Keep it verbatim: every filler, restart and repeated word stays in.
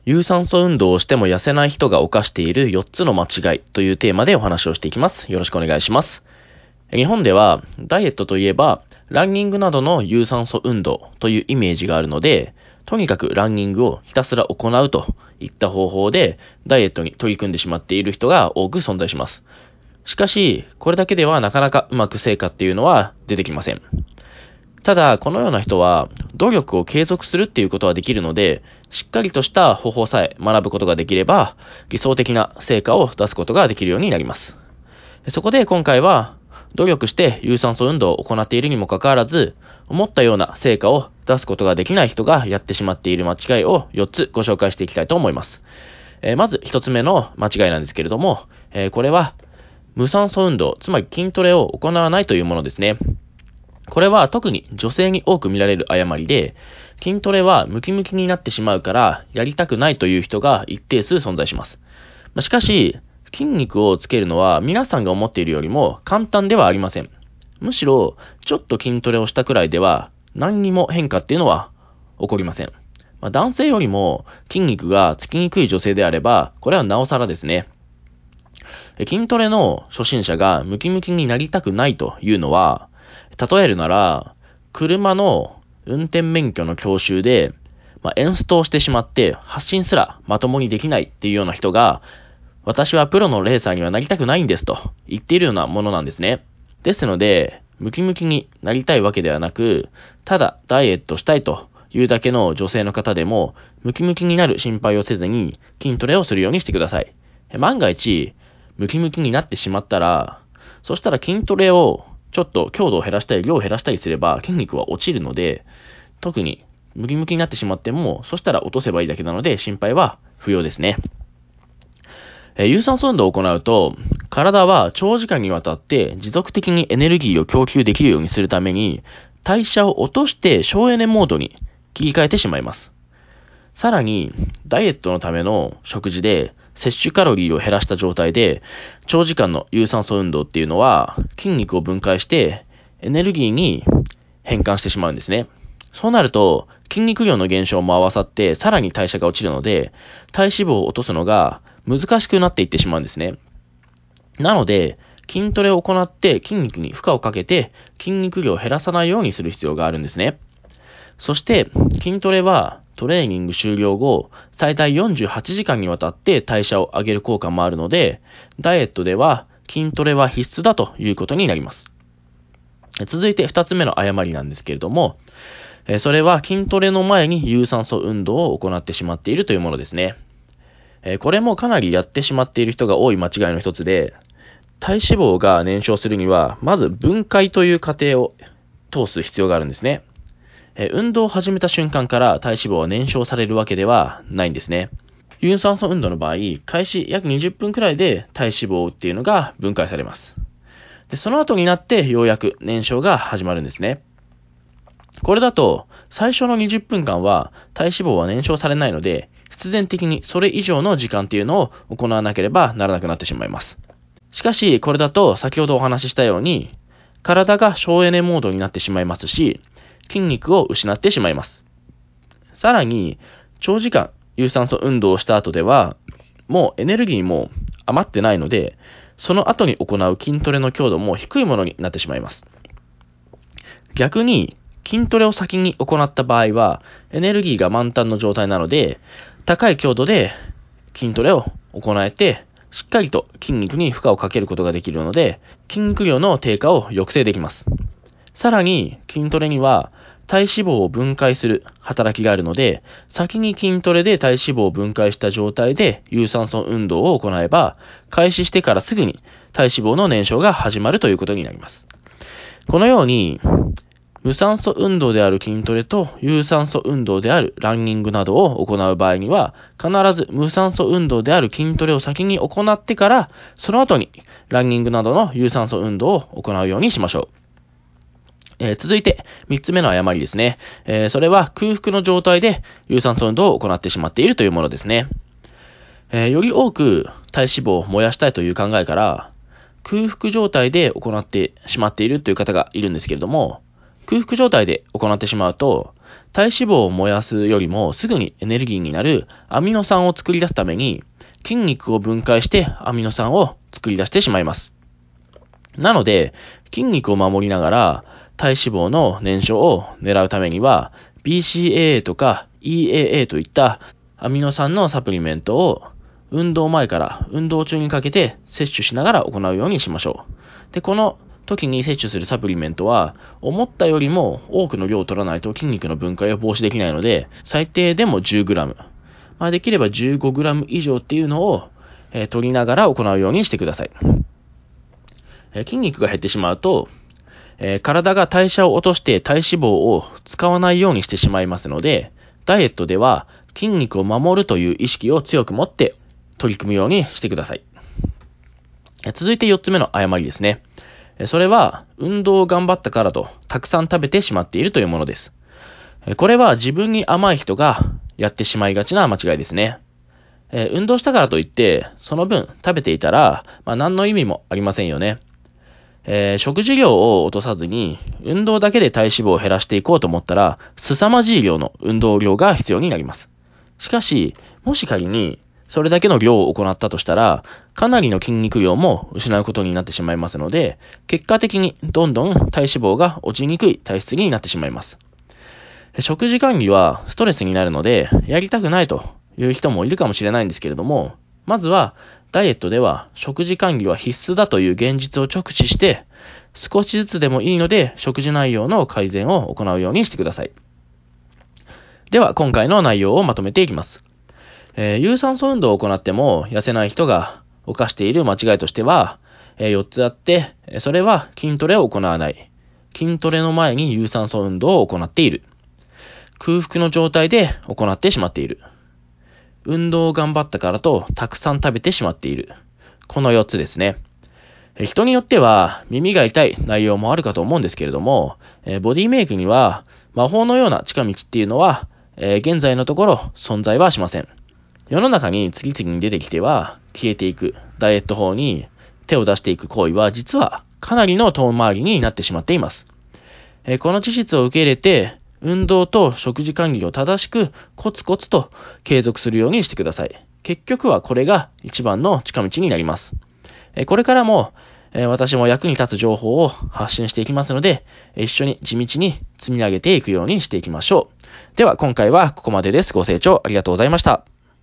有酸素運動をしても痩せない人が犯しているよっつの間違いというテーマでお話をしていきます。よろしくお願いします。日本ではダイエットといえばランニングなどの有酸素運動というイメージがあるので、とにかくランニングをひたすら行うといった方法でダイエットに取り組んでしまっている人が多く存在します。しかし、これだけではなかなかうまく成果っていうのは出てきません。ただ、このような人は努力を継続するっていうことはできるので、しっかりとした方法さえ学ぶことができれば、理想的な成果を出すことができるようになります。そこで今回は、努力して有酸素運動を行っているにもかかわらず、思ったような成果を出すことができない人がやってしまっている間違いをよっつご紹介していきたいと思います。えー、まずひとつめの間違いなんですけれども、えー、これは無酸素運動、つまり筋トレを行わないというものですね。これは特に女性に多く見られる誤りで、筋トレはムキムキになってしまうからやりたくないという人が一定数存在します。しかし、筋肉をつけるのは皆さんが思っているよりも簡単ではありません。むしろ、ちょっと筋トレをしたくらいでは何にも変化っていうのは起こりません。まあ、男性よりも筋肉がつきにくい女性であれば、これはなおさらですね。筋トレの初心者がムキムキになりたくないというのは、例えるなら、車の運転免許の教習で、まあ、エンストをしてしまって発進すらまともにできないっていうような人が、私はプロのレーサーにはなりたくないんですと言っているようなものなんですね。ですので、ムキムキになりたいわけではなく、ただダイエットしたいというだけの女性の方でも、ムキムキになる心配をせずに筋トレをするようにしてください。万が一、ムキムキになってしまったら、そしたら筋トレをちょっと強度を減らしたり量を減らしたりすれば筋肉は落ちるので、特にムキムキになってしまっても、そしたら落とせばいいだけなので心配は不要ですね。えー、有酸素運動を行うと、体は長時間にわたって持続的にエネルギーを供給できるようにするために、代謝を落として省エネモードに切り替えてしまいます。さらに、ダイエットのための食事で摂取カロリーを減らした状態で、長時間の有酸素運動っていうのは筋肉を分解してエネルギーに変換してしまうんですね。そうなると、筋肉量の減少も合わさってさらに代謝が落ちるので、体脂肪を落とすのが難しくなっていってしまうんですね。なので、筋トレを行って筋肉に負荷をかけて筋肉量を減らさないようにする必要があるんですね。そして、筋トレはトレーニング終了後、最大よんじゅうはちじかんにわたって代謝を上げる効果もあるので、ダイエットでは筋トレは必須だということになります。続いてふたつめの誤りなんですけれども、それは筋トレの前に有酸素運動を行ってしまっているというものですね。これもかなりやってしまっている人が多い間違いの一つで、体脂肪が燃焼するには、まず分解という過程を通す必要があるんですね。運動を始めた瞬間から体脂肪は燃焼されるわけではないんですね。有酸素運動の場合、開始約にじゅっぷんくらいで体脂肪っていうのが分解されます。で、その後になってようやく燃焼が始まるんですね。これだと、最初のにじゅっぷんかんは体脂肪は燃焼されないので、必然的にそれ以上の時間っていうのを行わなければならなくなってしまいます。しかし、これだと先ほどお話ししたように、体が省エネモードになってしまいますし、筋肉を失ってしまいます。さらに、長時間有酸素運動をした後では、もうエネルギーも余ってないので、その後に行う筋トレの強度も低いものになってしまいます。逆に、筋トレを先に行った場合は、エネルギーが満タンの状態なので、高い強度で筋トレを行えて、しっかりと筋肉に負荷をかけることができるので、筋肉量の低下を抑制できます。さらに、筋トレには体脂肪を分解する働きがあるので、先に筋トレで体脂肪を分解した状態で有酸素運動を行えば、開始してからすぐに体脂肪の燃焼が始まるということになります。このように、無酸素運動である筋トレと有酸素運動であるランニングなどを行う場合には、必ず無酸素運動である筋トレを先に行ってから、その後にランニングなどの有酸素運動を行うようにしましょう。えー、続いてみっつめの誤りですね、えー。それは空腹の状態で有酸素運動を行ってしまっているというものですね。えー、より多く体脂肪を燃やしたいという考えから、空腹状態で行ってしまっているという方がいるんですけれども、空腹状態で行ってしまうと、 体脂肪を燃やすよりもすぐにエネルギーになるアミノ酸を作り出すために、筋肉を分解してアミノ酸を作り出してしまいます。なので、筋肉を守りながら体脂肪の燃焼を狙うためには、ビーシーエーエー とか イーエーエー といったアミノ酸のサプリメントを運動前から運動中にかけて摂取しながら行うようにしましょう。で、この時に摂取するサプリメントは、思ったよりも多くの量を取らないと筋肉の分解を防止できないので、最低でも じゅうグラム、まあ、できれば じゅうごグラム 以上っていうのを、えー、取りながら行うようにしてください。えー、筋肉が減ってしまうと、えー、体が代謝を落として体脂肪を使わないようにしてしまいますので、ダイエットでは筋肉を守るという意識を強く持って取り組むようにしてください。えー、続いてよっつめの誤りですね。それは、運動を頑張ったからと、たくさん食べてしまっているというものです。これは自分に甘い人がやってしまいがちな間違いですね。運動したからといって、その分食べていたら、まあ、何の意味もありませんよね。えー、食事量を落とさずに、運動だけで体脂肪を減らしていこうと思ったら、凄まじい量の運動量が必要になります。しかし、もし仮に、それだけの量を行ったとしたら、かなりの筋肉量も失うことになってしまいますので、結果的にどんどん体脂肪が落ちにくい体質になってしまいます。食事管理はストレスになるので、やりたくないという人もいるかもしれないんですけれども、まずはダイエットでは食事管理は必須だという現実を直視して、少しずつでもいいので食事内容の改善を行うようにしてください。では今回の内容をまとめていきます。えー、有酸素運動を行っても痩せない人が犯している間違いとしては、えー、よっつあって、それは筋トレを行わない。筋トレの前に有酸素運動を行っている。空腹の状態で行ってしまっている。運動を頑張ったからとたくさん食べてしまっている。このよっつですね。人によっては耳が痛い内容もあるかと思うんですけれども、ボディメイクには魔法のような近道っていうのは、現在のところ存在はしません。世の中に次々に出てきては消えていくダイエット法に手を出していく行為は実はかなりの遠回りになってしまっています。この事実を受け入れて運動と食事管理を正しくコツコツと継続するようにしてください。結局はこれが一番の近道になります。これからも私も役に立つ情報を発信していきますので、一緒に地道に積み上げていくようにしていきましょう。では今回はここまでです。ご清聴ありがとうございました。